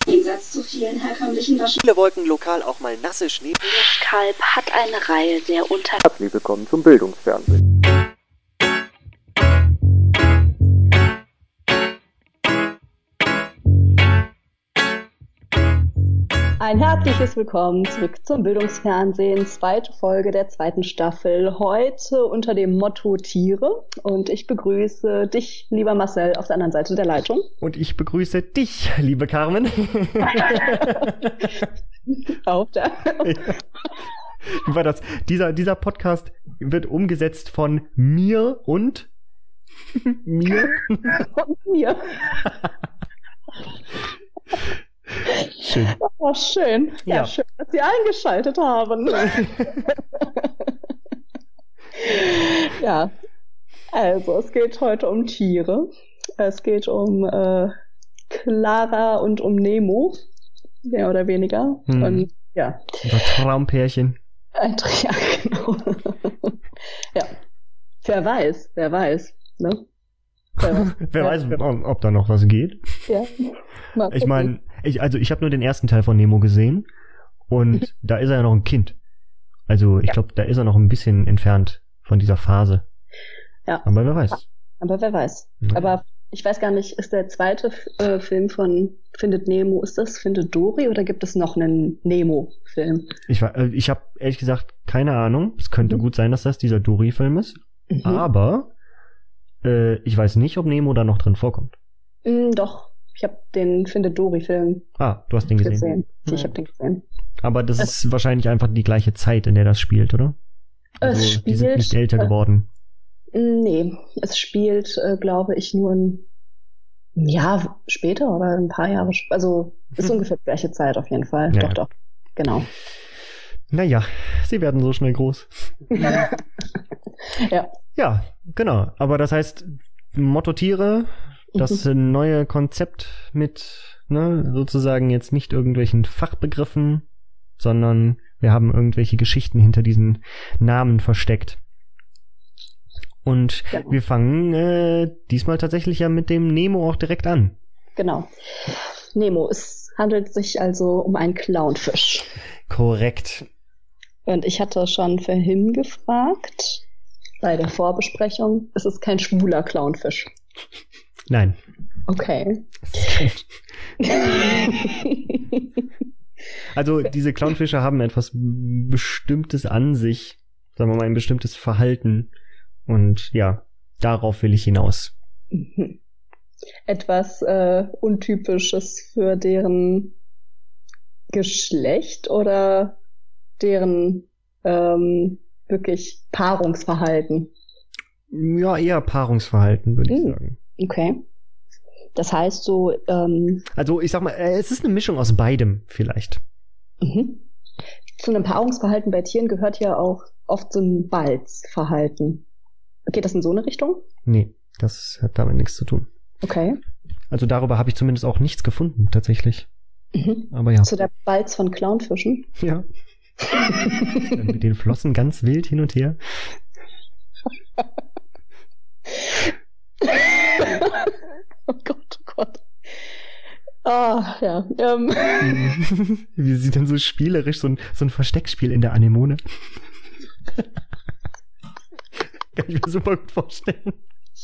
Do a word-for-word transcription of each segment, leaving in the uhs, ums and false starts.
Im Gegensatz zu vielen herkömmlichen Waschen. Viele Wolken, lokal auch mal nasse Schnee. Kalb hat eine Reihe sehr unter... Herzlich willkommen zum Bildungsfernsehen. Ein herzliches Willkommen zurück zum Bildungsfernsehen, zweite Folge der zweiten Staffel, heute unter dem Motto Tiere. Und ich begrüße dich, lieber Marcel, auf der anderen Seite der Leitung. Und ich begrüße dich, liebe Carmen. Auf der... Wie war das? Dieser, dieser Podcast wird umgesetzt von mir und mir. Und mir. Schön. Das war schön. Ja, Ja. schön, dass Sie eingeschaltet haben. Ja, also es geht heute um Tiere. Es geht um äh, Clara und um Nemo, mehr oder weniger. Hm. Und ja, Unser Traumpärchen. ein ja, genau. Ja, wer weiß, wer weiß, ne? Wer, Wer weiß, ob, ob da noch was geht. Ja. Mal Ich gucken. meine, ich, also ich habe nur den ersten Teil von Nemo gesehen und da ist er ja noch ein Kind. Also ich glaube, da ist er noch ein bisschen entfernt von dieser Phase. Ja. Aber wer weiß. Aber wer weiß. Ja. Aber ich weiß gar nicht, ist der zweite äh, Film von Findet Nemo, ist das Findet Dory oder gibt es noch einen Nemo-Film? Ich, war- äh, ich habe ehrlich gesagt keine Ahnung. Es könnte Mhm. gut sein, dass das dieser Dory-Film ist. Mhm. Aber äh, ich weiß nicht, ob Nemo da noch drin vorkommt. Mm, doch, ich habe den Findet Dory-Film Ah, du hast den gesehen. gesehen. Ja. Ich habe den gesehen. Aber das Es- ist wahrscheinlich einfach die gleiche Zeit, in der das spielt, oder? Es Also, die sind spielt- nicht älter äh, geworden. Mm, Nee, es spielt, äh, glaube ich, nur ein Jahr später oder ein paar Jahre später. Also ist ungefähr die gleiche Zeit auf jeden Fall. Ja. Doch, doch. Genau. Naja, sie werden so schnell groß. Ja. Ja, genau. Aber das heißt, Motto Tiere, das Mhm. neue Konzept mit, ne, sozusagen jetzt nicht irgendwelchen Fachbegriffen, sondern wir haben irgendwelche Geschichten hinter diesen Namen versteckt. Und Genau. wir fangen äh, diesmal tatsächlich ja mit dem Nemo auch direkt an. Genau. Nemo, es handelt sich also um einen Clownfisch. Korrekt. Und ich hatte schon vorhin gefragt, bei der Vorbesprechung, es ist kein schwuler Clownfisch. Nein. Okay. Also diese Clownfische haben etwas Bestimmtes an sich, sagen wir mal ein bestimmtes Verhalten. Und ja, darauf will ich hinaus. Mhm. Etwas äh, Untypisches für deren Geschlecht oder deren ähm, wirklich Paarungsverhalten. Ja, eher Paarungsverhalten, würde ich Mhm. sagen. Okay. Das heißt so, ähm, Also ich sag mal, äh, es ist eine Mischung aus beidem vielleicht. mhm. Zu einem Paarungsverhalten bei Tieren gehört ja auch oft so ein Balzverhalten. Geht das in so eine Richtung? Nee, das hat damit nichts zu tun. Okay. Also darüber habe ich zumindest auch nichts gefunden, tatsächlich. Mhm. Aber ja. Zu der Balz von Clownfischen. Ja. Dann mit den Flossen ganz wild hin und her. Oh Gott, oh Gott. Ah, ja. Ähm. Wie sie dann so spielerisch, so ein, so ein Versteckspiel in der Anemone. Kann ich mir super gut vorstellen.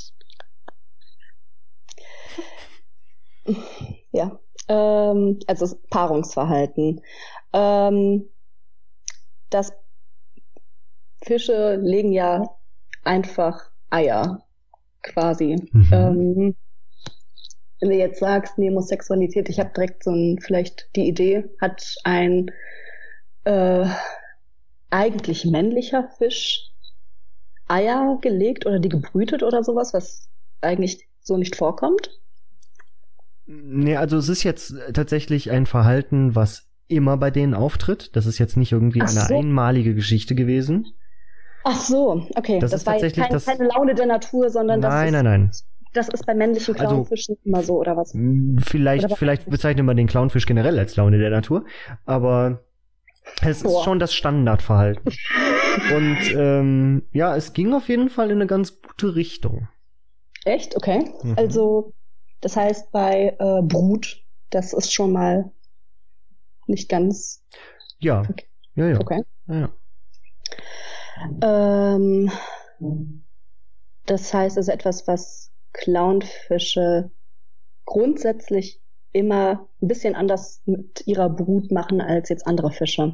Ja. Ähm, also das Paarungsverhalten. Ähm, das Fische legen ja einfach Eier, quasi. Mhm. Ähm, wenn du jetzt sagst, Nemosexualität, ich habe direkt so ein, vielleicht die Idee, hat ein äh, eigentlich männlicher Fisch Eier gelegt oder die gebrütet oder sowas, was eigentlich so nicht vorkommt? Nee, also es ist jetzt tatsächlich ein Verhalten, was immer bei denen auftritt. Das ist jetzt nicht irgendwie Ach eine so. einmalige Geschichte gewesen. Ach so, okay. Das Das, ist war jetzt tatsächlich kein, das- keine Laune der Natur, sondern das, Nein, ist, nein, nein. das ist bei männlichen Also- Clownfischen immer so, oder was? Vielleicht, Oder was? vielleicht bezeichnet man den Clownfisch generell als Laune der Natur, aber es ist Boah. schon das Standardverhalten. Und ähm, ja, es ging auf jeden Fall in eine ganz gute Richtung. Echt? Okay. Mhm. Also, das heißt, bei äh, Brut Das ist schon mal nicht ganz... Ja, okay. ja, ja. Okay. ja, ja. Ähm, das heißt also etwas, was Clownfische grundsätzlich immer ein bisschen anders mit ihrer Brut machen als jetzt andere Fische.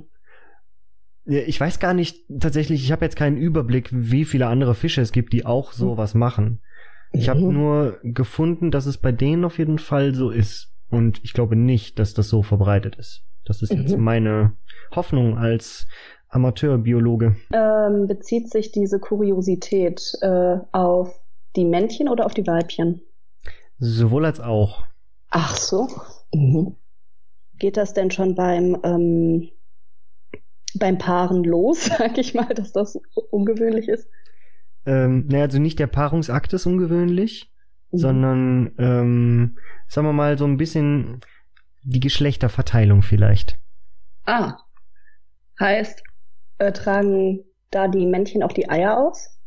Ich weiß gar nicht, tatsächlich, ich habe jetzt keinen Überblick, wie viele andere Fische es gibt, die auch sowas machen. Ich habe Mhm. nur gefunden, dass es bei denen auf jeden Fall so ist. Und ich glaube nicht, dass das so verbreitet ist. Das ist jetzt Mhm. meine Hoffnung als Amateurbiologe. Ähm, bezieht sich diese Kuriosität äh, auf die Männchen oder auf die Weibchen? Sowohl als auch. Ach so. Mhm. Geht das denn schon beim, ähm, beim Paaren los, sag ich mal, dass das ungewöhnlich ist? Ähm, naja, also nicht der Paarungsakt ist ungewöhnlich, Mhm. sondern, ähm, sagen wir mal, so ein bisschen die Geschlechterverteilung vielleicht. Ah. Heißt, äh, tragen da die Männchen auch die Eier aus?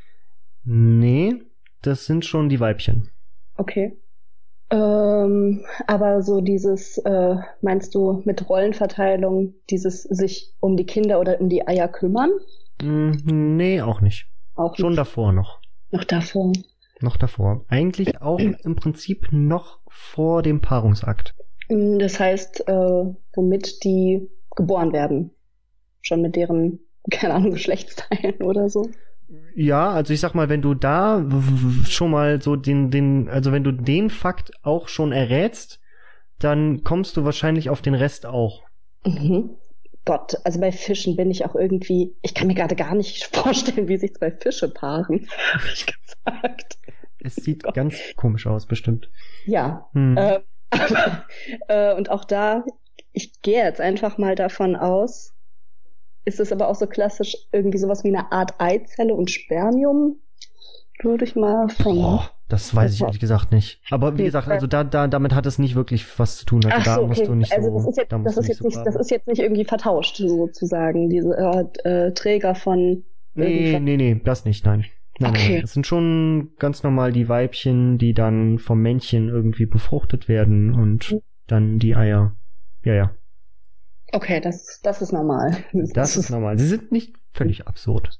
Nee, das sind schon die Weibchen. Okay. Ähm, aber so dieses, äh, meinst du mit Rollenverteilung, dieses sich um die Kinder oder um die Eier kümmern? Mm, nee, auch nicht. Auch Schon nicht. davor noch. Noch davor. Noch davor. Eigentlich auch im Prinzip noch vor dem Paarungsakt. Das heißt, äh, womit die geboren werden. Schon mit deren, keine Ahnung, Geschlechtsteilen oder so. Ja, also ich sag mal, wenn du da w- w- schon mal so den, den, also wenn du den Fakt auch schon errätst, dann kommst du wahrscheinlich auf den Rest auch. Mhm. Gott, also bei Fischen bin ich auch irgendwie, ich kann mir gerade gar nicht vorstellen, wie sich zwei Fische paaren, habe ich gesagt. Es sieht ganz komisch aus, bestimmt. Ja, Hm. äh, aber, äh, und auch da, ich gehe jetzt einfach mal davon aus, ist es aber auch so klassisch irgendwie sowas wie eine Art Eizelle und Spermium, würde ich mal von... Boah, das weiß ich ehrlich gesagt nicht. Aber wie gesagt, also da, da, damit hat es nicht wirklich was zu tun. Also Ach da so, okay. musst du nicht also so, das ist jetzt, da musst das du ist jetzt so nicht, das graben. ist jetzt nicht irgendwie vertauscht sozusagen, diese äh, äh, Träger von Nee, irgendwas. nee, nee, das nicht, nein. Nein, Okay. nein. Es sind schon ganz normal die Weibchen, die dann vom Männchen irgendwie befruchtet werden und Mhm. dann die Eier. Ja, ja. Okay, das, das ist normal. Das ist normal. Sie sind nicht völlig absurd.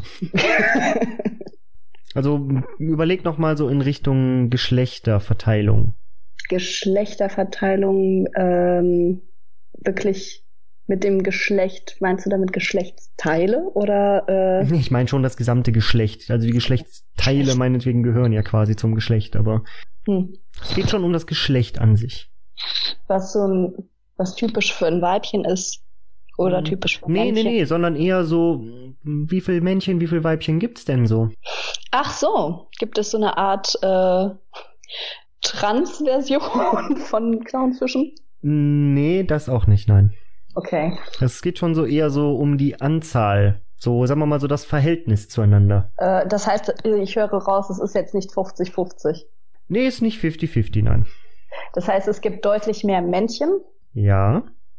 Also m- überleg noch mal so in Richtung Geschlechterverteilung. Geschlechterverteilung, ähm, wirklich mit dem Geschlecht, meinst du damit Geschlechtsteile oder äh, Ich meine schon das gesamte Geschlecht. Also die Geschlechtsteile meinetwegen gehören ja quasi zum Geschlecht, aber hm, es geht schon um das Geschlecht an sich. was so ein, was typisch für ein Weibchen ist oder Hm. typisch für ein Nee, nee, Männchen? nee, sondern eher so, wie viel Männchen, wie viel Weibchen gibt's denn so? Ach so, gibt es so eine Art äh, Transversion von Clownfischen? Nee, das auch nicht, nein. Okay. Es geht schon so eher so um die Anzahl. So, sagen wir mal so das Verhältnis zueinander. Äh, das heißt, ich höre raus, es ist jetzt nicht fünfzig fünfzig. Nee, ist nicht fifty fifty, nein. Das heißt, es gibt deutlich mehr Männchen Ja.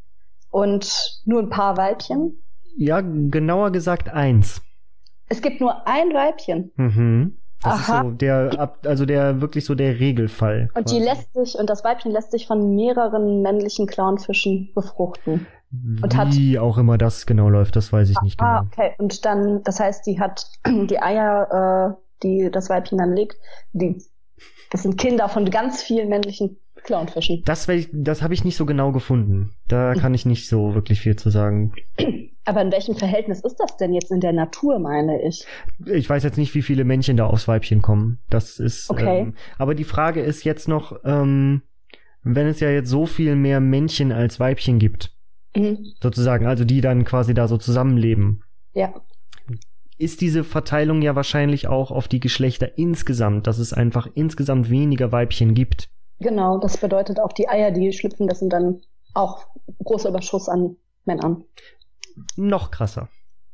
und nur ein paar Weibchen. Ja, genauer gesagt eins. Es gibt nur ein Weibchen. Mhm. Das Aha. ist so der, ab- also der, wirklich so der Regelfall. Und die quasi. lässt sich, und das Weibchen lässt sich von mehreren männlichen Clownfischen befruchten. und hat- Wie auch immer das genau läuft, das weiß ich nicht Ah, genau. okay. Und dann, das heißt, die hat die Eier, äh, die das Weibchen dann legt, die, das sind Kinder von ganz vielen männlichen Clownfischen. Das, weiß ich- das habe ich nicht so genau gefunden. Da kann ich nicht so wirklich viel zu sagen. Aber in welchem Verhältnis ist das denn jetzt in der Natur, meine ich? Ich weiß jetzt nicht, wie viele Männchen da aufs Weibchen kommen. Das ist. Okay. Ähm, aber die Frage ist jetzt noch, ähm, wenn es ja jetzt so viel mehr Männchen als Weibchen gibt, Mhm. sozusagen, also die dann quasi da so zusammenleben, Ja. ist diese Verteilung ja wahrscheinlich auch auf die Geschlechter insgesamt, dass es einfach insgesamt weniger Weibchen gibt. Genau, das bedeutet auch die Eier, die schlüpfen, das sind dann auch großer Überschuss an Männern. Noch krasser.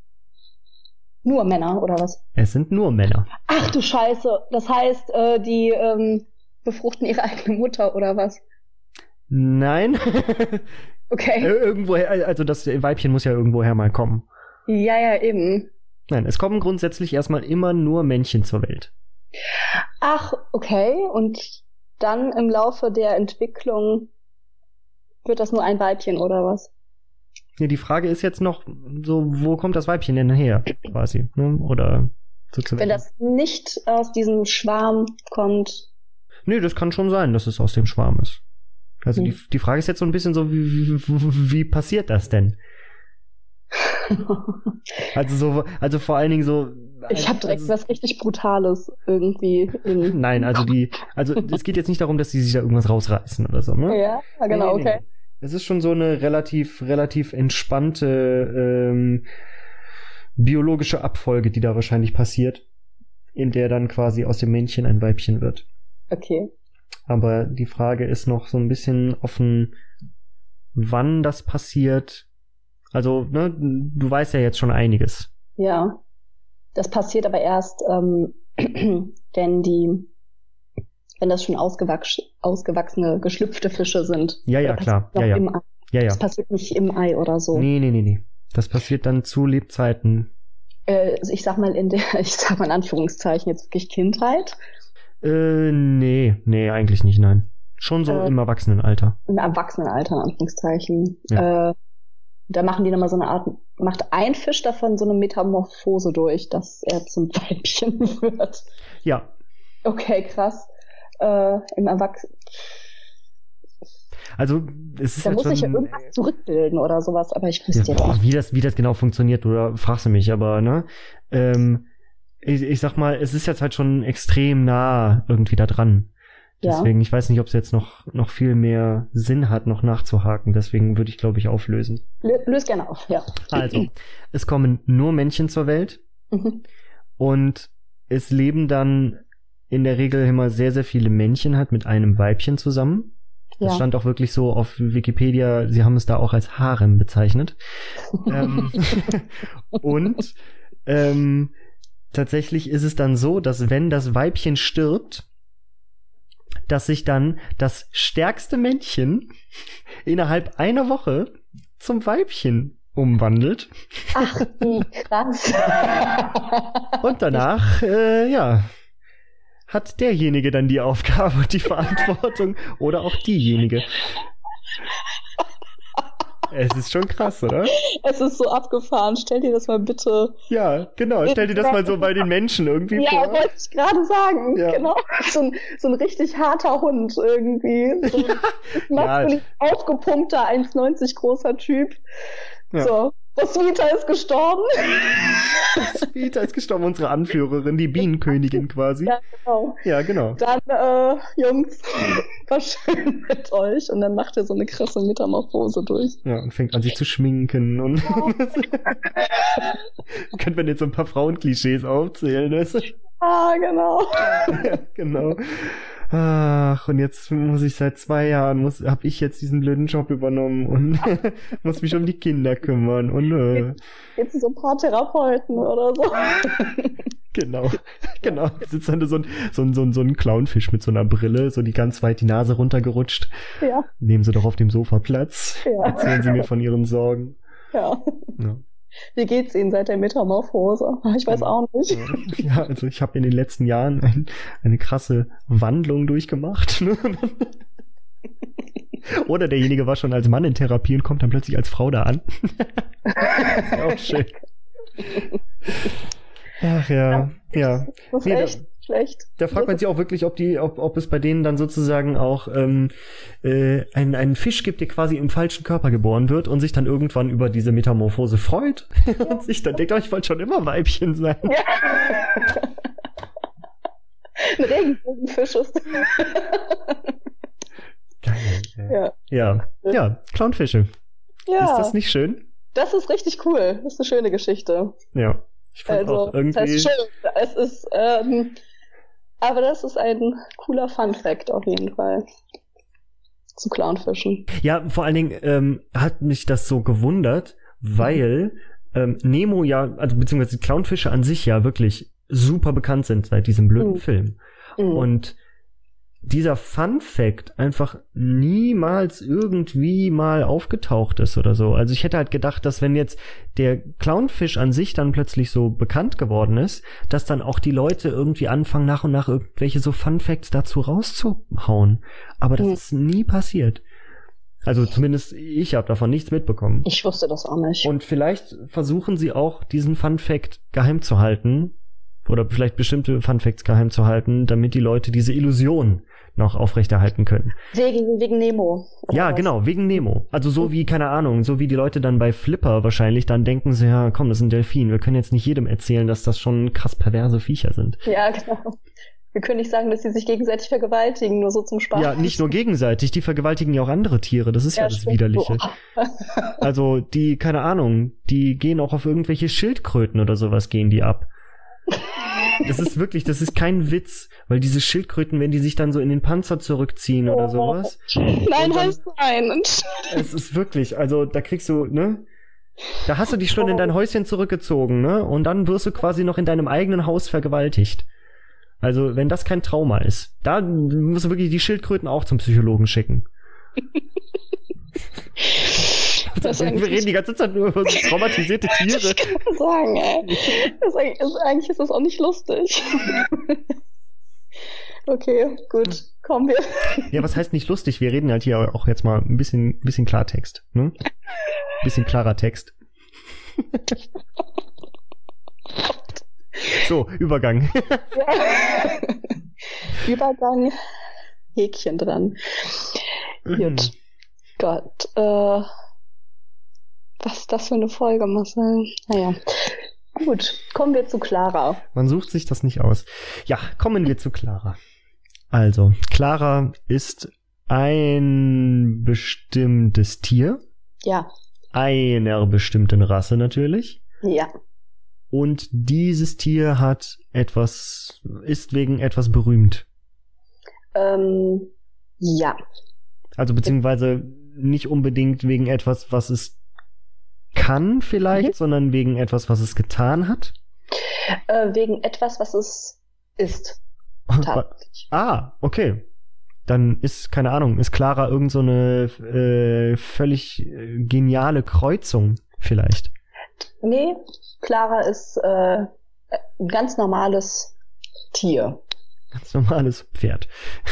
Nur Männer, oder was? Es sind nur Männer. Ach du Scheiße, das heißt, äh, die ähm, befruchten ihre eigene Mutter, oder was? Nein. Okay. Irgendwoher, also das Weibchen muss ja irgendwoher mal kommen. Ja, ja, eben. Nein, es kommen grundsätzlich erstmal immer nur Männchen zur Welt. Ach, okay. Und dann im Laufe der Entwicklung wird das nur ein Weibchen oder was? Ja, die Frage ist jetzt noch so, wo kommt das Weibchen denn her, quasi, ne? Oder so zu Wenn das nicht aus diesem Schwarm kommt. Nee, das kann schon sein, dass es aus dem Schwarm ist. Also Hm. die, die Frage ist jetzt so ein bisschen so, wie, wie, wie passiert das denn? Also so, also vor allen Dingen so. Ich habe direkt also, was richtig Brutales irgendwie. In Nein, also die, also es geht jetzt nicht darum, dass die sich da irgendwas rausreißen oder so, ne? ja, genau, Nee, nee, okay. nee. Es ist schon so eine relativ, relativ entspannte ähm, biologische Abfolge, die da wahrscheinlich passiert, in der dann quasi aus dem Männchen ein Weibchen wird. Okay. Aber die Frage ist noch so ein bisschen offen, wann das passiert. Also, ne, du weißt ja jetzt schon einiges. Ja. Das passiert aber erst, ähm, wenn die, wenn das schon ausgewachs ausgewachsene, geschlüpfte Fische sind. Ja, ja, Oder klar. passiert noch Ja, ja. im Ei? Ja, ja. Das passiert nicht im Ei oder so. Nee, nee, nee, nee. Das passiert dann zu Lebzeiten. Äh, also ich sag mal in der, ich sag mal in Anführungszeichen jetzt wirklich Kindheit. Äh, nee, nee, eigentlich nicht, nein. Schon so Äh, im Erwachsenenalter. Im Erwachsenenalter, in Anführungszeichen. Ja. Äh, da machen die nochmal so eine Art, macht ein Fisch davon so eine Metamorphose durch, dass er zum Weibchen wird. Ja. Okay, krass. Äh, im Erwachsenen. Also, es ist Da halt muss schon, ich ja irgendwas zurückbilden oder sowas, aber ich wüsste ja, jetzt nicht. wie das, wie das genau funktioniert, oder fragst du mich, aber, ne? Ähm, ich, ich sag mal, es ist jetzt halt schon extrem nah irgendwie da dran. Ja. Deswegen, ich weiß nicht, ob es jetzt noch, noch viel mehr Sinn hat, noch nachzuhaken. Deswegen würde ich, glaube ich, auflösen. Lö löse gerne auf, ja. Also, es kommen nur Männchen zur Welt Mhm. und es leben dann in der Regel immer sehr, sehr viele Männchen halt mit einem Weibchen zusammen. Das Ja. stand auch wirklich so auf Wikipedia, sie haben es da auch als Harem bezeichnet. ähm, und ähm, tatsächlich ist es dann so, dass wenn das Weibchen stirbt, dass sich dann das stärkste Männchen innerhalb einer Woche zum Weibchen umwandelt. Ach, wie krass. Und danach, äh, ja, hat derjenige dann die Aufgabe und die Verantwortung oder auch diejenige. Es ist schon krass, oder? Es ist so abgefahren. Stell dir das mal bitte. Ja, genau. Stell dir das mal so bei den Menschen irgendwie Ja, vor. wollte ich gerade sagen. Ja. Genau. So ein, so ein richtig harter Hund irgendwie. So ein maskulin aufgepumpter, eins neunzig großer Typ. Ja. So. Roswitha ist gestorben. Peter ist gestorben, unsere Anführerin, die Bienenkönigin quasi. Ja, genau. Ja, genau. Dann, äh, Jungs, war schön mit euch. Und dann macht er so eine krasse Metamorphose durch. Ja, und fängt an, sich zu schminken und könnte man jetzt so ein paar Frauenklischees aufzählen, weißt du? Ah, genau. Ja, genau. Ach, und jetzt muss ich seit zwei Jahren, muss, hab ich jetzt diesen blöden Job übernommen und muss mich um die Kinder kümmern und äh, Jetzt so ein paar Therapeuten oder so. genau, genau. Sitzt dann so ein, so ein, so ein, so ein Clownfisch mit so einer Brille, so die ganz weit die Nase runtergerutscht. Ja, Nehmen Sie doch auf dem Sofa Platz. Ja. Erzählen Sie mir von Ihren Sorgen. ja. Ja. Wie geht's Ihnen seit der Metamorphose? Ich weiß auch nicht. Ja, also ich habe in den letzten Jahren ein, eine krasse Wandlung durchgemacht. Ne? Oder derjenige war schon als Mann in Therapie und kommt dann plötzlich als Frau da an. Das ist ja auch schön. Ach ja, ja. Das ist Nee, da- echt schlecht. Da fragt man sich auch wirklich, ob die, ob, ob es bei denen dann sozusagen auch ähm, äh, einen, einen Fisch gibt, der quasi im falschen Körper geboren wird und sich dann irgendwann über diese Metamorphose freut und sich dann denkt, oh, ich wollte schon immer Weibchen sein. Ja. Ein Regenbogenfisch ist. Geil. ey. Ja. Ja, ja, Clownfische. Ja, Ist das nicht schön? das ist richtig cool. Das ist eine schöne Geschichte. Ja. Ich fand Also, auch irgendwie. das heißt schön. Es ist, ähm, aber das ist ein cooler Fun-Fact auf jeden Fall. Zu Clownfischen. Ja, vor allen Dingen ähm, hat mich das so gewundert, weil ähm, Nemo ja, also beziehungsweise die Clownfische an sich ja wirklich super bekannt sind seit diesem blöden Mhm. Film. Mhm. Und dieser Fun-Fact einfach niemals irgendwie mal aufgetaucht ist oder so. Also ich hätte halt gedacht, dass wenn jetzt der Clownfisch an sich dann plötzlich so bekannt geworden ist, dass dann auch die Leute irgendwie anfangen, nach und nach irgendwelche so Fun-Facts dazu rauszuhauen. Aber das Mhm. ist nie passiert. Also zumindest ich habe davon nichts mitbekommen. Ich wusste das auch nicht. Und vielleicht versuchen sie auch, diesen Fun-Fact geheim zu halten. Oder vielleicht bestimmte Fun-Facts geheim zu halten, damit die Leute diese Illusion noch aufrechterhalten können. Wegen, wegen Nemo. Ja, was? Genau, wegen Nemo. Also so wie, keine Ahnung, so wie die Leute dann bei Flipper wahrscheinlich dann denken sie, ja, komm, das ist ein Delfin. Wir können jetzt nicht jedem erzählen, dass das schon krass perverse Viecher sind. Ja, genau. Wir können nicht sagen, dass sie sich gegenseitig vergewaltigen, nur so zum Spaß. Ja, nicht nur gegenseitig, die vergewaltigen ja auch andere Tiere. Das ist ja, ja das stimmt. Widerliche. Also die, keine Ahnung, die gehen auch auf irgendwelche Schildkröten oder sowas, gehen die ab. Das ist wirklich, das ist kein Witz, weil diese Schildkröten, wenn die sich dann so in den Panzer zurückziehen oder sowas. Nein, heißt nein. Es ist wirklich, also da kriegst du, ne? Da hast du dich schon in dein Häuschen zurückgezogen, ne? Und dann wirst du quasi noch in deinem eigenen Haus vergewaltigt. Also, wenn das kein Trauma ist, da musst du wirklich die Schildkröten auch zum Psychologen schicken. Das wir reden die ganze Zeit nur über so traumatisierte Tiere. Ich kann sagen, ey. Das ist eigentlich, ist, eigentlich ist das auch nicht lustig. Okay, gut, kommen wir. Ja, was heißt nicht lustig? Wir reden halt hier auch jetzt mal ein bisschen, bisschen Klartext, ne? Ein bisschen klarer Text. So, Übergang. Ja. Übergang, Häkchen dran. Gut. Gott, äh, was ist das für eine Folge, Marcel? Naja. Gut, kommen wir zu Clara. Man sucht sich das nicht aus. Ja, kommen wir zu Clara. Also, Clara ist ein bestimmtes Tier. Ja. Einer bestimmten Rasse natürlich. Ja. Und dieses Tier hat etwas, ist wegen etwas berühmt. Ähm, ja. Also beziehungsweise nicht unbedingt wegen etwas, was es kann vielleicht, mhm. sondern wegen etwas, was es getan hat? Äh, wegen etwas, was es ist. Tatsächlich. Ah, okay. Dann ist, keine Ahnung, ist Clara irgend so eine äh, völlig äh, geniale Kreuzung vielleicht? Nee, Clara ist äh, ein ganz normales Tier. Ganz normales Pferd.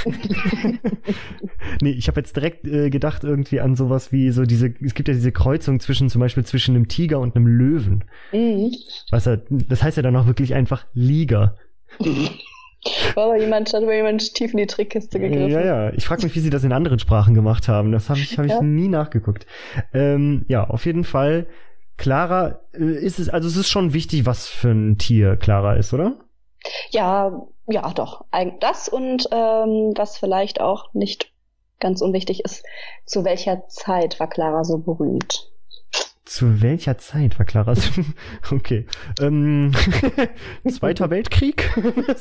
Nee, ich habe jetzt direkt äh, gedacht irgendwie an sowas wie so diese, es gibt ja diese Kreuzung zwischen, zum Beispiel zwischen einem Tiger und einem Löwen. Mhm. Was er, das heißt ja dann auch wirklich einfach Liger. Aber jemand hat über jemand tief in die Trickkiste gegriffen. Ja, ja. Ich frage mich, wie sie das in anderen Sprachen gemacht haben. Das habe ich, hab ich ja. nie nachgeguckt. Ähm, ja, auf jeden Fall. Clara, äh, ist es, also es ist schon wichtig, was für ein Tier Clara ist, oder? Ja, ja, doch. Das und ähm, was vielleicht auch nicht ganz unwichtig ist, zu welcher Zeit war Clara so berühmt? Zu welcher Zeit war Clara so okay. Ähm, Zweiter Weltkrieg?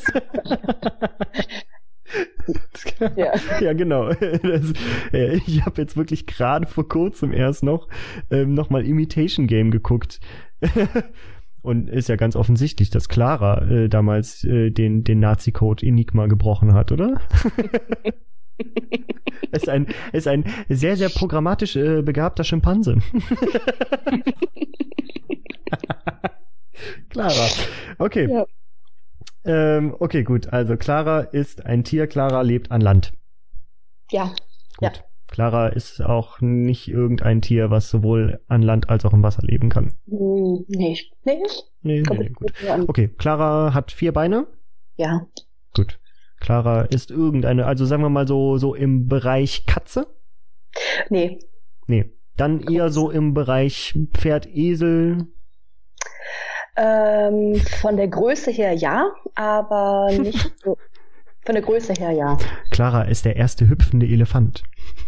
Ja. Ja, genau. Das, äh, ich habe jetzt wirklich gerade vor kurzem erst noch ähm, noch mal Imitation Game geguckt. Und ist ja ganz offensichtlich, dass Clara äh, damals äh, den, den Nazi-Code Enigma gebrochen hat, oder? ist ein, ist ein sehr, sehr programmatisch äh, begabter Schimpanse. Clara. Okay. Ja. Ähm, okay, gut. Also Clara ist ein Tier. Clara lebt an Land. Ja. Gut. Ja. Clara ist auch nicht irgendein Tier, was sowohl an Land als auch im Wasser leben kann. Nee. Nee. Nee, nee, nee gut. Okay, Clara hat vier Beine. Ja. Gut. Clara ist irgendeine, also sagen wir mal so, so im Bereich Katze? Nee. Nee. Dann eher so im Bereich Pferd, Esel? Ähm, von der Größe her ja, aber nicht so. Von der Größe her ja. Clara ist der erste hüpfende Elefant.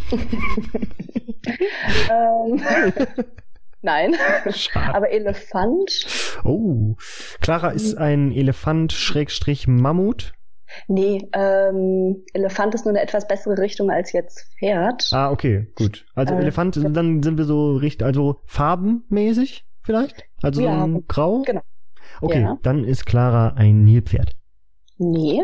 ähm, nein. Schade. Aber Elefant. Oh. Clara ist ein Elefant Schrägstrich Mammut. Nee, ähm, Elefant ist nur eine etwas bessere Richtung als jetzt Pferd. Ah, okay, gut. Also äh, Elefant, ja. Dann sind wir so richtig, also farbenmäßig vielleicht? Also ja, so ein Grau? Genau. Okay, ja. Dann ist Clara ein Nilpferd. Nee.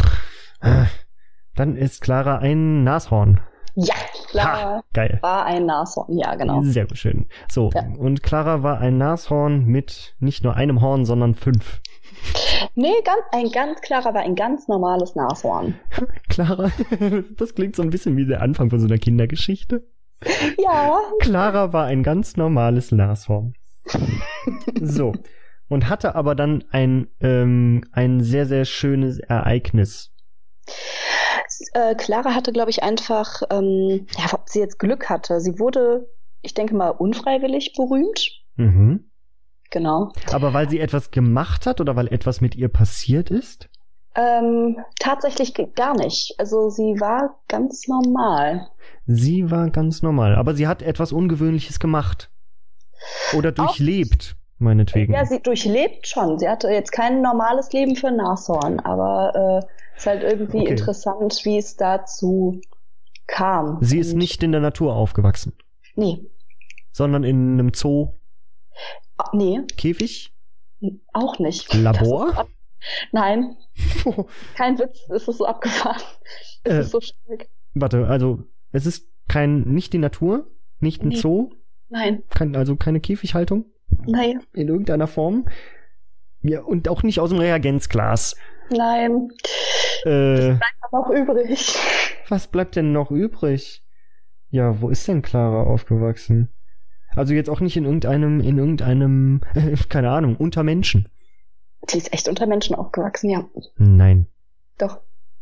Dann ist Clara ein Nashorn. Ja, Clara ha, geil. war ein Nashorn, ja, genau. Sehr schön. So, ja. Und Clara war ein Nashorn mit nicht nur einem Horn, sondern fünf. Nee, ganz, ein ganz Clara war ein ganz normales Nashorn. Clara, das klingt so ein bisschen wie der Anfang von so einer Kindergeschichte. Ja. Clara war ein ganz normales Nashorn. So. Und hatte aber dann ein, ähm, ein sehr, sehr schönes Ereignis. Äh, Clara hatte, glaube ich, einfach, ähm, ja, ob sie jetzt Glück hatte. Sie wurde, ich denke mal, unfreiwillig berühmt. Mhm. Genau. Aber weil sie etwas gemacht hat oder weil etwas mit ihr passiert ist? Ähm, tatsächlich g- gar nicht. Also sie war ganz normal. Sie war ganz normal, aber sie hat etwas Ungewöhnliches gemacht. Oder durchlebt, meinetwegen. Ja, sie durchlebt schon. Sie hatte jetzt kein normales Leben für ein Nashorn, aber äh, ist halt irgendwie Okay. interessant, wie es dazu kam. Sie ist Und- nicht in der Natur aufgewachsen, Nee. sondern in einem Zoo, Ah, nee, Käfig, auch nicht. Labor? Das ist ab- Nein, kein Witz, es ist so abgefahren. Es Äh, ist so stark. Warte, also es ist kein, nicht die Natur, nicht ein Nee. Zoo, Nein, kein, also keine Käfighaltung nein, in irgendeiner Form. Ja, und auch nicht aus dem Reagenzglas. nein. Äh, Aber auch übrig. was bleibt denn noch übrig? Ja, wo ist denn Clara aufgewachsen? Also jetzt auch nicht in irgendeinem, in irgendeinem, keine Ahnung, unter Menschen. Die ist echt unter Menschen aufgewachsen, ja. Nein. Doch.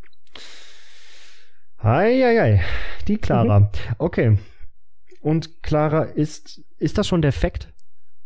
Eieiei, die Clara. Mhm. Okay. Und Clara ist, ist das schon der Fakt?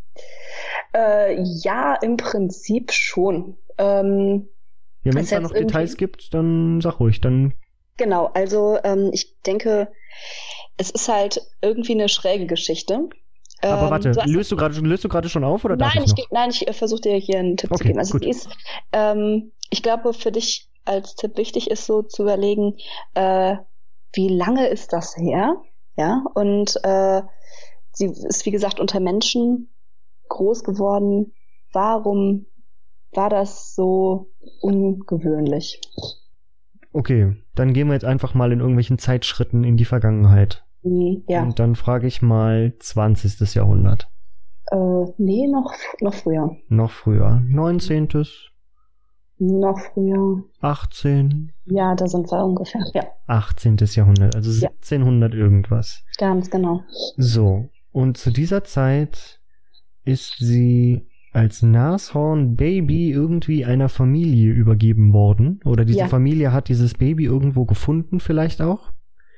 Äh, ja, im Prinzip schon. Ähm, Ja, wenn Ist es da jetzt noch irgendwie- Details gibt, dann sag ruhig, dann. genau, also ähm, ich denke, es ist halt irgendwie eine schräge Geschichte. Aber Ähm, warte, du hast- löst du gerade löst du gerade schon auf oder darf Nein, ich ich, noch? ge- nein, ich äh, versuche dir hier einen Tipp zu Okay, geben. Also gut. sie ist, ähm, ich glaube, für dich als Tipp wichtig ist so zu überlegen, äh, wie lange ist das her? Ja, und äh, sie ist wie gesagt unter Menschen groß geworden. Warum war das so ungewöhnlich? Okay, dann gehen wir jetzt einfach mal in irgendwelchen Zeitschritten in die Vergangenheit. Hm, ja, Und dann frage ich mal zwanzigstes Jahrhundert. äh, nee, noch noch früher, Noch früher. neunzehntes. noch früher. achtzehn. Ja, da sind wir ungefähr. Ja, achtzehntes Jahrhundert, also Ja. siebzehnhundert irgendwas. ganz genau. So, und zu dieser Zeit ist sie als Nashorn-Baby irgendwie einer Familie übergeben worden. Oder diese Ja. Familie hat dieses Baby irgendwo gefunden, vielleicht auch?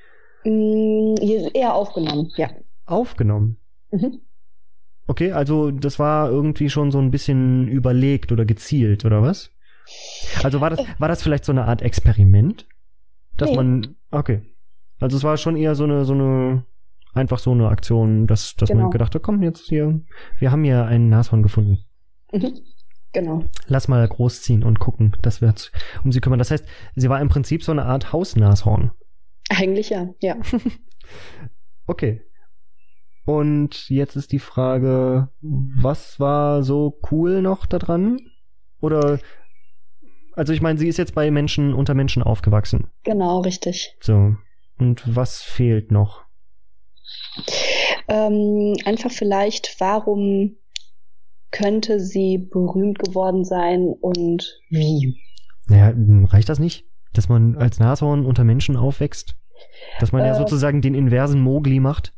Mm, hier eher aufgenommen. Ja. Aufgenommen. Mhm. Okay, also das war irgendwie schon so ein bisschen überlegt oder gezielt, oder was? Also war das, war das vielleicht so eine Art Experiment? Dass Nee. man, okay. Also es war schon eher so eine, so eine, einfach so eine Aktion, dass, dass Genau. man gedacht hat, komm jetzt hier, wir haben hier einen Nashorn gefunden. Mhm. Genau. Lass mal großziehen und gucken, dass wir uns um sie kümmern. Das heißt, sie war im Prinzip so eine Art Hausnashorn. Eigentlich ja, ja. Okay. Und jetzt ist die Frage, was war so cool noch daran? Oder, also ich meine, sie ist jetzt bei Menschen, unter Menschen aufgewachsen. Genau, richtig. So. Und was fehlt noch? Ähm, einfach vielleicht, warum könnte sie berühmt geworden sein und wie? Naja, reicht das nicht? Dass man als Nashorn unter Menschen aufwächst? Dass man ja Äh. sozusagen den inversen Mowgli macht?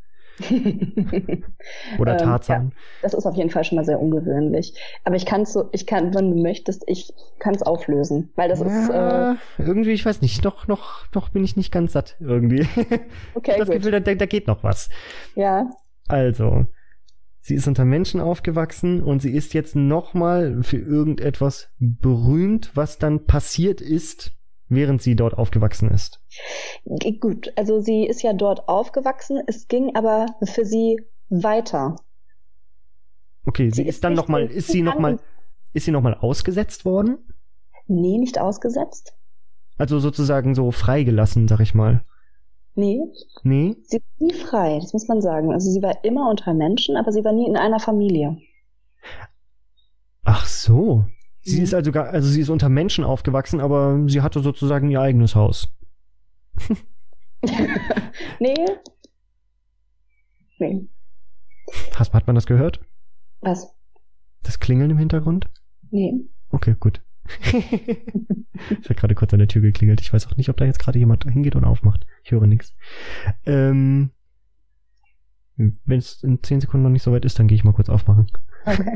Oder Ähm, Tarzan? Das ist auf jeden Fall schon mal sehr ungewöhnlich. Aber ich kann so, ich kann, wenn du möchtest, ich kann es auflösen, weil das ist äh, Ja, irgendwie, ich weiß nicht, noch, noch, noch bin ich nicht ganz satt irgendwie. okay. das gut. Gefühl, da, da geht noch was. Ja. Also, sie ist unter Menschen aufgewachsen und sie ist jetzt nochmal für irgendetwas berühmt, was dann passiert ist, während sie dort aufgewachsen ist. G- Gut, also sie ist ja dort aufgewachsen, es ging aber für sie weiter. Okay, sie, Sie ist ist dann nicht nochmal, so ist sie nochmal, ist sie nochmal ausgesetzt worden? Nee, nicht ausgesetzt. Also sozusagen so freigelassen, sag ich mal. Nee, Nee? sie war nie frei, das muss man sagen. Also sie war immer unter Menschen, aber sie war nie in einer Familie. Ach so. Sie Mhm. ist also gar, also sie ist unter Menschen aufgewachsen, aber sie hatte sozusagen ihr eigenes Haus. Nee. Nee. Hast, hat man das gehört? Was? Das Klingeln im Hintergrund? Nee. Okay, gut. Es hat gerade kurz an der Tür geklingelt. Ich weiß auch nicht, ob da jetzt gerade jemand hingeht und aufmacht. Ich höre nichts. Ähm, Wenn es in zehn Sekunden noch nicht so weit ist, dann gehe ich mal kurz aufmachen. Okay.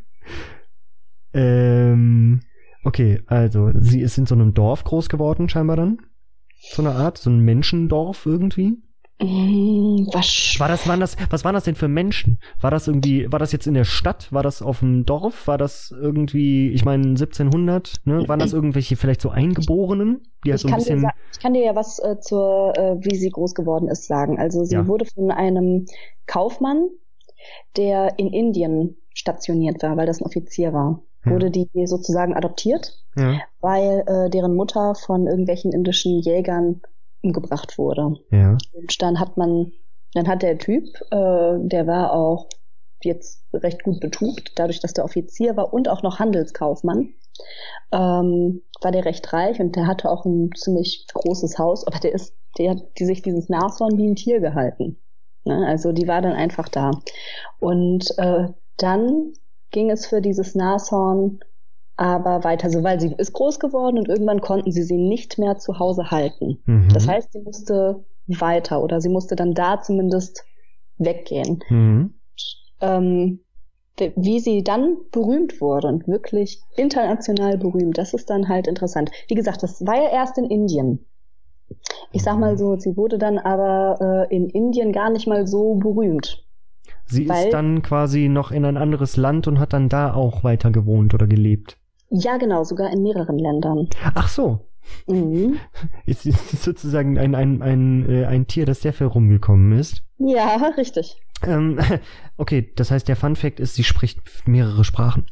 ähm, okay, also sie ist in so einem Dorf groß geworden, scheinbar dann. So eine Art, so ein Menschendorf irgendwie. Mm, was? War das, waren das, was waren das denn für Menschen? War das irgendwie, war das jetzt in der Stadt? War das auf dem Dorf? War das irgendwie, ich meine siebzehnhundert, ne? Waren das irgendwelche vielleicht so Eingeborenen? Die halt ich, so ein kann bisschen dir ich kann dir ja was äh, zur, äh, wie sie groß geworden ist, sagen. Also sie Ja. wurde von einem Kaufmann, der in Indien stationiert war, weil das ein Offizier war, Ja. wurde die sozusagen adoptiert, ja, weil äh, deren Mutter von irgendwelchen indischen Jägern umgebracht wurde. ja, Und dann hat man, dann hat der Typ, äh, der war auch jetzt recht gut betucht, dadurch, dass der Offizier war und auch noch Handelskaufmann, ähm, war der recht reich und der hatte auch ein ziemlich großes Haus, aber der ist, der hat die sich dieses Nashorn wie ein Tier gehalten. Ne? Also die war dann einfach da. Und äh, dann ging es für dieses Nashorn aber weiter so, weil sie ist groß geworden und irgendwann konnten sie sie nicht mehr zu Hause halten. mhm. Das heißt, sie musste weiter oder sie musste dann da zumindest weggehen. mhm. Ähm, wie sie dann berühmt wurde und wirklich international berühmt, das ist dann halt interessant. Wie gesagt, das war ja erst in Indien. Ich sag mal so, sie wurde dann aber äh, in Indien gar nicht mal so berühmt. Sie weil, ist dann quasi noch in ein anderes Land und hat dann da auch weiter gewohnt oder gelebt. Ja, genau, sogar in mehreren Ländern. Ach so. Mhm. Ist, ist sozusagen ein, ein, ein, äh, ein Tier, das sehr viel rumgekommen ist. Ja, richtig. Ähm, okay, das heißt, der Fun-Fact ist, sie spricht mehrere Sprachen.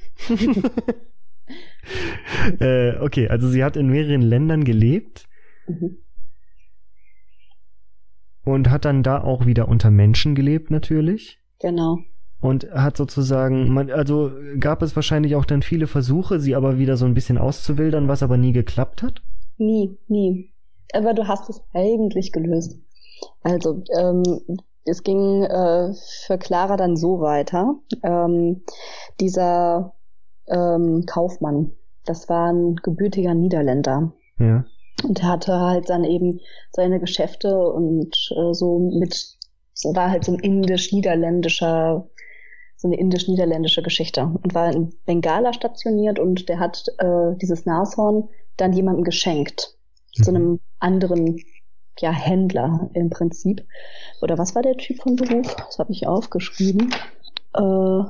äh, okay, also sie hat in mehreren Ländern gelebt. Mhm. Und hat dann da auch wieder unter Menschen gelebt, natürlich. Genau. Und hat sozusagen, man, also gab es wahrscheinlich auch dann viele Versuche, sie aber wieder so ein bisschen auszuwildern, was aber nie geklappt hat? Nie, nie. Aber du hast es eigentlich gelöst. Also, ähm, es ging äh, für Clara dann so weiter. Ähm, dieser ähm, Kaufmann, das war ein gebürtiger Niederländer. Ja. Und er hatte halt dann eben seine Geschäfte und äh, so mit, so war halt so ein indisch-niederländischer, so eine indisch-niederländische Geschichte und war in Bengala stationiert und der hat äh, dieses Nashorn dann jemandem geschenkt, mhm. so einem anderen, ja, Händler im Prinzip. Oder was war der Typ von Beruf? Das habe ich aufgeschrieben. Äh,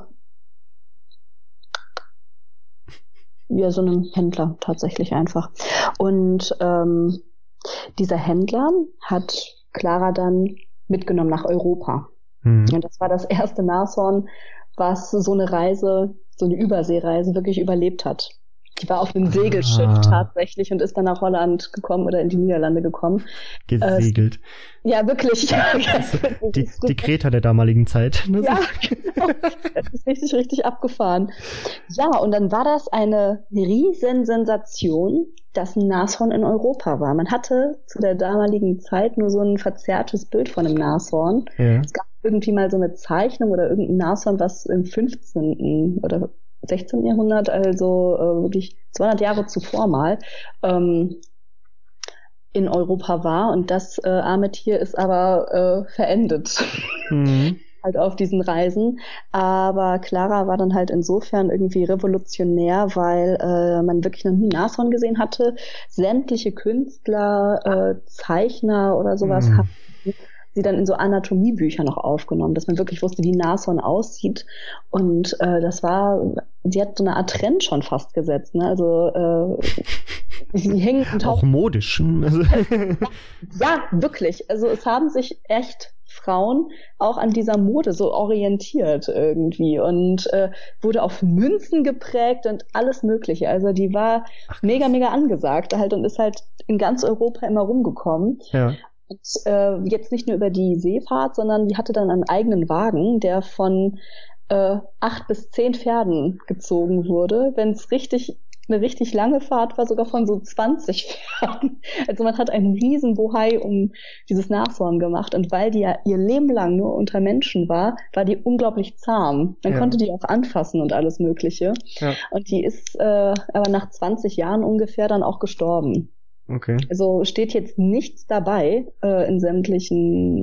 ja, so einem Händler tatsächlich einfach. Und ähm, dieser Händler hat Clara dann mitgenommen nach Europa. Mhm. Und das war das erste Nashorn, was so eine Reise, so eine Überseereise wirklich überlebt hat. Die war auf einem Segelschiff ah. tatsächlich und ist dann nach Holland gekommen oder in die Niederlande gekommen. Gesegelt. Äh, ja, wirklich. Also, die, die Kreta der damaligen Zeit. Ja, genau. Das ist richtig, richtig abgefahren. Ja, und dann war das eine Riesensensation, dass ein Nashorn in Europa war. Man hatte zu der damaligen Zeit nur so ein verzerrtes Bild von einem Nashorn. Ja. Es gab irgendwie mal so eine Zeichnung oder irgendein Nashorn, was im fünfzehnten oder sechzehnten Jahrhundert, also äh, wirklich zweihundert Jahre zuvor mal, ähm, in Europa war. Und das äh, arme Tier ist aber äh, verendet. Mhm. halt auf diesen Reisen. Aber Clara war dann halt insofern irgendwie revolutionär, weil äh, man wirklich noch nie ein Nashorn gesehen hatte. Sämtliche Künstler, äh, Zeichner oder sowas mhm. hatten sie dann in so Anatomiebücher noch aufgenommen, dass man wirklich wusste, wie ein Nashorn aussieht. Und äh, das war, sie hat so eine Art Trend schon fast gesetzt. Ne? Also äh, sie hängen auch modisch. Also ja, wirklich. Also es haben sich echt Frauen auch an dieser Mode so orientiert irgendwie und äh, wurde auf Münzen geprägt und alles Mögliche. Also die war Ach, mega, mega angesagt halt und ist halt in ganz Europa immer rumgekommen. Ja. Und, äh, jetzt nicht nur über die Seefahrt, sondern die hatte dann einen eigenen Wagen, der von äh, acht bis zehn Pferden gezogen wurde. Wenn es richtig eine richtig lange Fahrt war, sogar von so zwanzig Pferden. Also man hat einen riesen Bohai um dieses Nashorn gemacht. Und weil die ja ihr Leben lang nur unter Menschen war, war die unglaublich zahm. Man ja. konnte die auch anfassen und alles Mögliche. Ja. Und die ist äh, aber nach zwanzig Jahren ungefähr dann auch gestorben. Okay. Also steht jetzt nichts dabei äh, in sämtlichen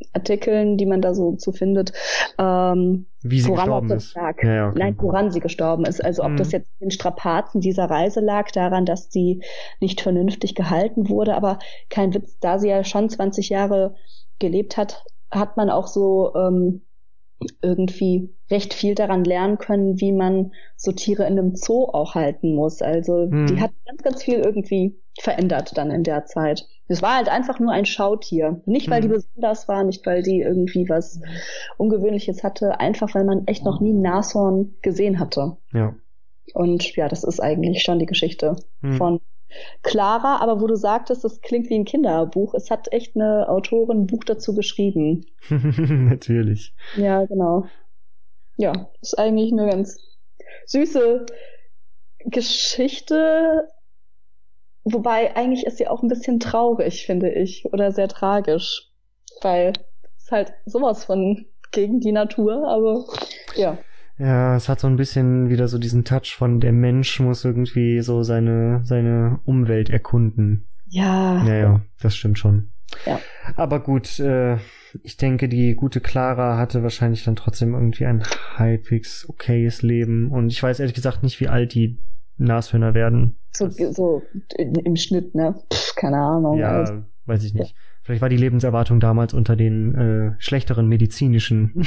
Artikeln, die man da so zu findet, ähm, wie sie woran gestorben das ist. lag. Ja, ja, okay. Nein, woran sie gestorben ist. Also ob Mhm. das jetzt in Strapazen dieser Reise lag, daran, dass sie nicht vernünftig gehalten wurde, aber kein Witz, da sie ja schon zwanzig Jahre gelebt hat, hat man auch so ähm, irgendwie recht viel daran lernen können, wie man so Tiere in einem Zoo auch halten muss. Also Mhm. die hat ganz, ganz viel irgendwie verändert dann in der Zeit. Es war halt einfach nur ein Schautier. Nicht, weil Mhm. die besonders war, nicht, weil die irgendwie was Ungewöhnliches hatte, einfach, weil man echt noch nie ein Nashorn gesehen hatte. Ja. Und ja, das ist eigentlich schon die Geschichte Mhm. von Clara, aber wo du sagtest, das klingt wie ein Kinderbuch, es hat echt eine Autorin ein Buch dazu geschrieben. Natürlich. Ja, genau. Ja, ist eigentlich eine ganz süße Geschichte, wobei eigentlich ist sie auch ein bisschen traurig, finde ich, oder sehr tragisch, weil es halt sowas von gegen die Natur, aber ja. Ja, es hat so ein bisschen wieder so diesen Touch von der Mensch muss irgendwie so seine, seine Umwelt erkunden. Ja. Ja, ja, das stimmt schon. Ja. Aber gut, äh, ich denke, die gute Clara hatte wahrscheinlich dann trotzdem irgendwie ein halbwegs okayes Leben. Und ich weiß ehrlich gesagt nicht, wie alt die Nashörner werden. So, so im Schnitt, ne? Pff, keine Ahnung. Ja, also. weiß ich nicht. Ja. Vielleicht war die Lebenserwartung damals unter den äh, schlechteren medizinischen.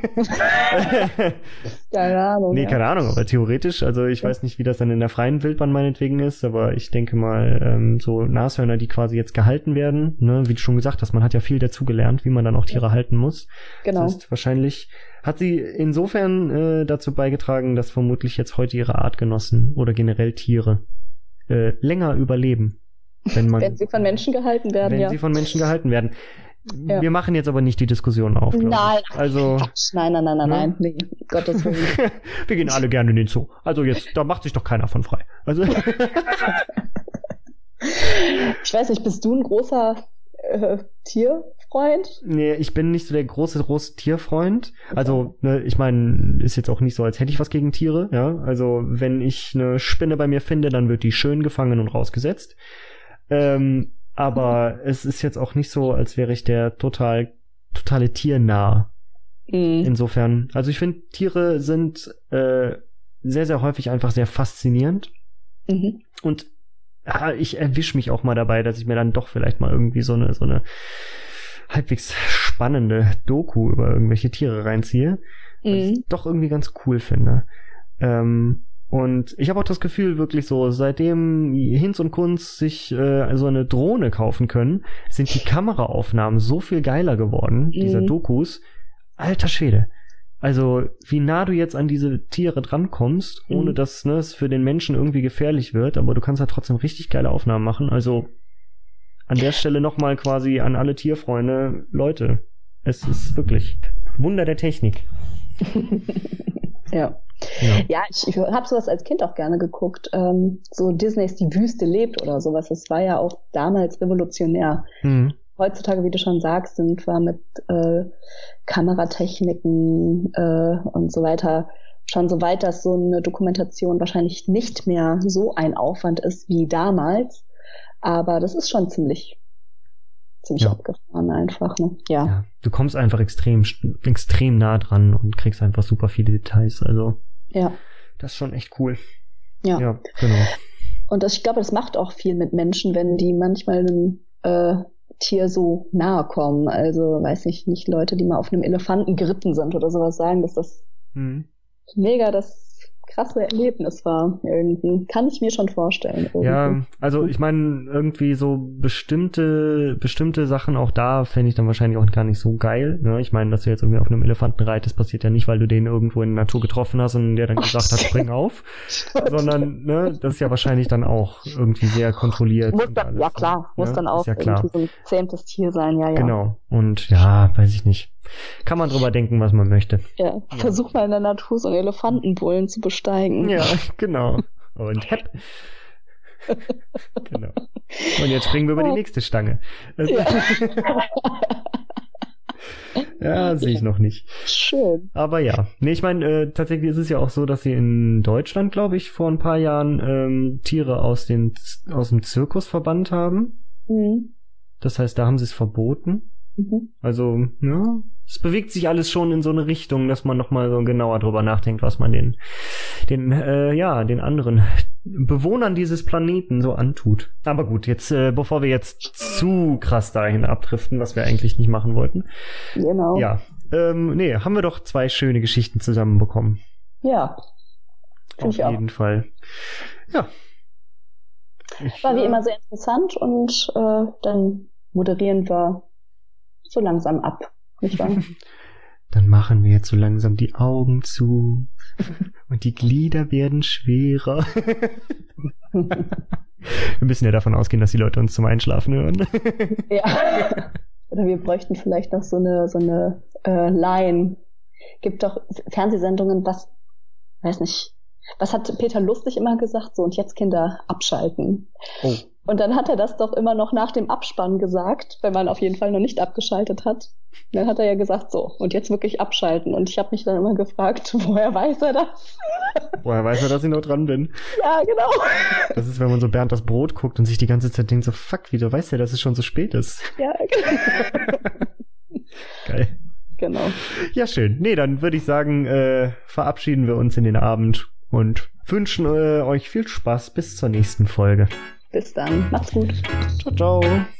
Keine Ahnung. Nee, ja. keine Ahnung, aber theoretisch, also ich ja. weiß nicht, wie das dann in der freien Wildbahn meinetwegen ist, aber ich denke mal, ähm, so Nashörner, die quasi jetzt gehalten werden, ne, wie du schon gesagt hast, man hat ja viel dazugelernt, wie man dann auch Tiere ja. halten muss. Genau. Das heißt, wahrscheinlich hat sie insofern äh, dazu beigetragen, dass vermutlich jetzt heute ihre Artgenossen oder generell Tiere äh, länger überleben. Wenn, man, wenn sie von Menschen gehalten werden, wenn ja. sie von Menschen gehalten werden. Ja. Wir machen jetzt aber nicht die Diskussion auf. Nein, ich. Also, nein, nein, nein, nein, ne? nein, nee, Gottes Willen. Wir gehen alle gerne in den Zoo. Also jetzt, da macht sich doch keiner von frei. Also ich weiß nicht, bist du ein großer äh, Tierfreund? Nee, ich bin nicht so der große, große Tierfreund. Also, ne, ich meine, ist jetzt auch nicht so, als hätte ich was gegen Tiere, ja. Also, wenn ich eine Spinne bei mir finde, dann wird die schön gefangen und rausgesetzt. Ähm, aber es ist jetzt auch nicht so, als wäre ich der total, totale Tiernah. Mhm. Insofern, also ich finde, Tiere sind äh, sehr, sehr häufig einfach sehr faszinierend. Mhm. Und ja, ich erwische mich auch mal dabei, dass ich mir dann doch vielleicht mal irgendwie so eine, so eine halbwegs spannende Doku über irgendwelche Tiere reinziehe. Mhm. Was ich doch irgendwie ganz cool finde. Ähm, Und ich habe auch das Gefühl, wirklich so, seitdem Hinz und Kunz sich äh, so eine Drohne kaufen können, sind die Kameraaufnahmen so viel geiler geworden, mhm. dieser Dokus. Alter Schwede. Also, wie nah du jetzt an diese Tiere drankommst, ohne mhm. dass ne, es für den Menschen irgendwie gefährlich wird, aber du kannst ja trotzdem richtig geile Aufnahmen machen. Also, an der Stelle nochmal quasi an alle Tierfreunde, Leute, es ist wirklich Wunder der Technik. Ja. Ja, ja ich, ich habe sowas als Kind auch gerne geguckt. Ähm, so Disneys Die Wüste lebt oder sowas. Das war ja auch damals revolutionär. Mhm. Heutzutage, wie du schon sagst, sind wir mit äh, Kameratechniken äh, und so weiter schon so weit, dass so eine Dokumentation wahrscheinlich nicht mehr so ein Aufwand ist wie damals. Aber das ist schon ziemlich ziemlich ja. abgefahren einfach, ne? Ja. ja. Du kommst einfach extrem extrem nah dran und kriegst einfach super viele Details. Also ja. Das ist schon echt cool. Ja. Ja, genau. Und das, ich glaube, das macht auch viel mit Menschen, wenn die manchmal einem äh, Tier so nahe kommen. Also, weiß ich nicht, Leute, die mal auf einem Elefanten geritten sind oder sowas, sagen, dass das mhm. mega das krasse Erlebnis war irgendwie. Kann ich mir schon vorstellen. Irgendwie. Ja, also ich meine, irgendwie so bestimmte bestimmte Sachen auch da fände ich dann wahrscheinlich auch gar nicht so geil. Ne? Ich meine, dass du jetzt irgendwie auf einem Elefanten reitest, passiert ja nicht, weil du den irgendwo in der Natur getroffen hast und der dann gesagt hat, spring auf. Sondern, ne, das ist ja wahrscheinlich dann auch irgendwie sehr kontrolliert. Muss dann, ja klar, muss ne? dann auch ja irgendwie so ein zähmtes Tier sein, ja, ja. Genau. Und ja, weiß ich nicht. Kann man drüber denken, was man möchte. Ja, ja. Versuch mal in der Natur so einen Elefantenbullen zu besteigen. Ja, genau. Und hepp. Genau. Und jetzt springen wir über die nächste Stange. Also ja, ja sehe ich noch nicht. Schön. Aber ja. Nee, ich meine, äh, tatsächlich ist es ja auch so, dass sie in Deutschland, glaube ich, vor ein paar Jahren ähm, Tiere aus, den, aus dem Zirkus verbannt haben. Mhm. Das heißt, da haben sie es verboten. Mhm. Also, ja, es bewegt sich alles schon in so eine Richtung, dass man nochmal so genauer drüber nachdenkt, was man den, den, äh, ja, den anderen Bewohnern dieses Planeten so antut. Aber gut, jetzt, äh, bevor wir jetzt zu krass dahin abdriften, was wir eigentlich nicht machen wollten. Genau. Ja, ähm, nee, haben wir doch zwei schöne Geschichten zusammenbekommen. Ja. Auf jeden Fall. Ja. Ich, War wie äh, immer sehr interessant und äh, dann moderieren wir so langsam ab, nicht wahr? Dann machen wir jetzt so langsam die Augen zu und die Glieder werden schwerer. Wir müssen ja davon ausgehen, dass die Leute uns zum Einschlafen hören. Ja. Oder wir bräuchten vielleicht noch so eine so eine äh, Line. Gibt doch Fernsehsendungen, was, weiß nicht, was hat Peter Lustig immer gesagt? So, und jetzt Kinder abschalten. Oh. Und dann hat er das doch immer noch nach dem Abspann gesagt, wenn man auf jeden Fall noch nicht abgeschaltet hat. Dann hat er ja gesagt, so, und jetzt wirklich abschalten. Und ich habe mich dann immer gefragt, woher weiß er das? Woher weiß er, dass ich noch dran bin? Ja, genau. Das ist, wenn man so Bernd das Brot guckt und sich die ganze Zeit denkt so, fuck, wieso weiß der, dass es schon so spät ist? Ja, genau. Geil. Genau. Ja, schön. Nee, dann würde ich sagen, äh, verabschieden wir uns in den Abend und wünschen äh, euch viel Spaß bis zur nächsten Folge. Bis dann. Macht's gut. Ciao, ciao.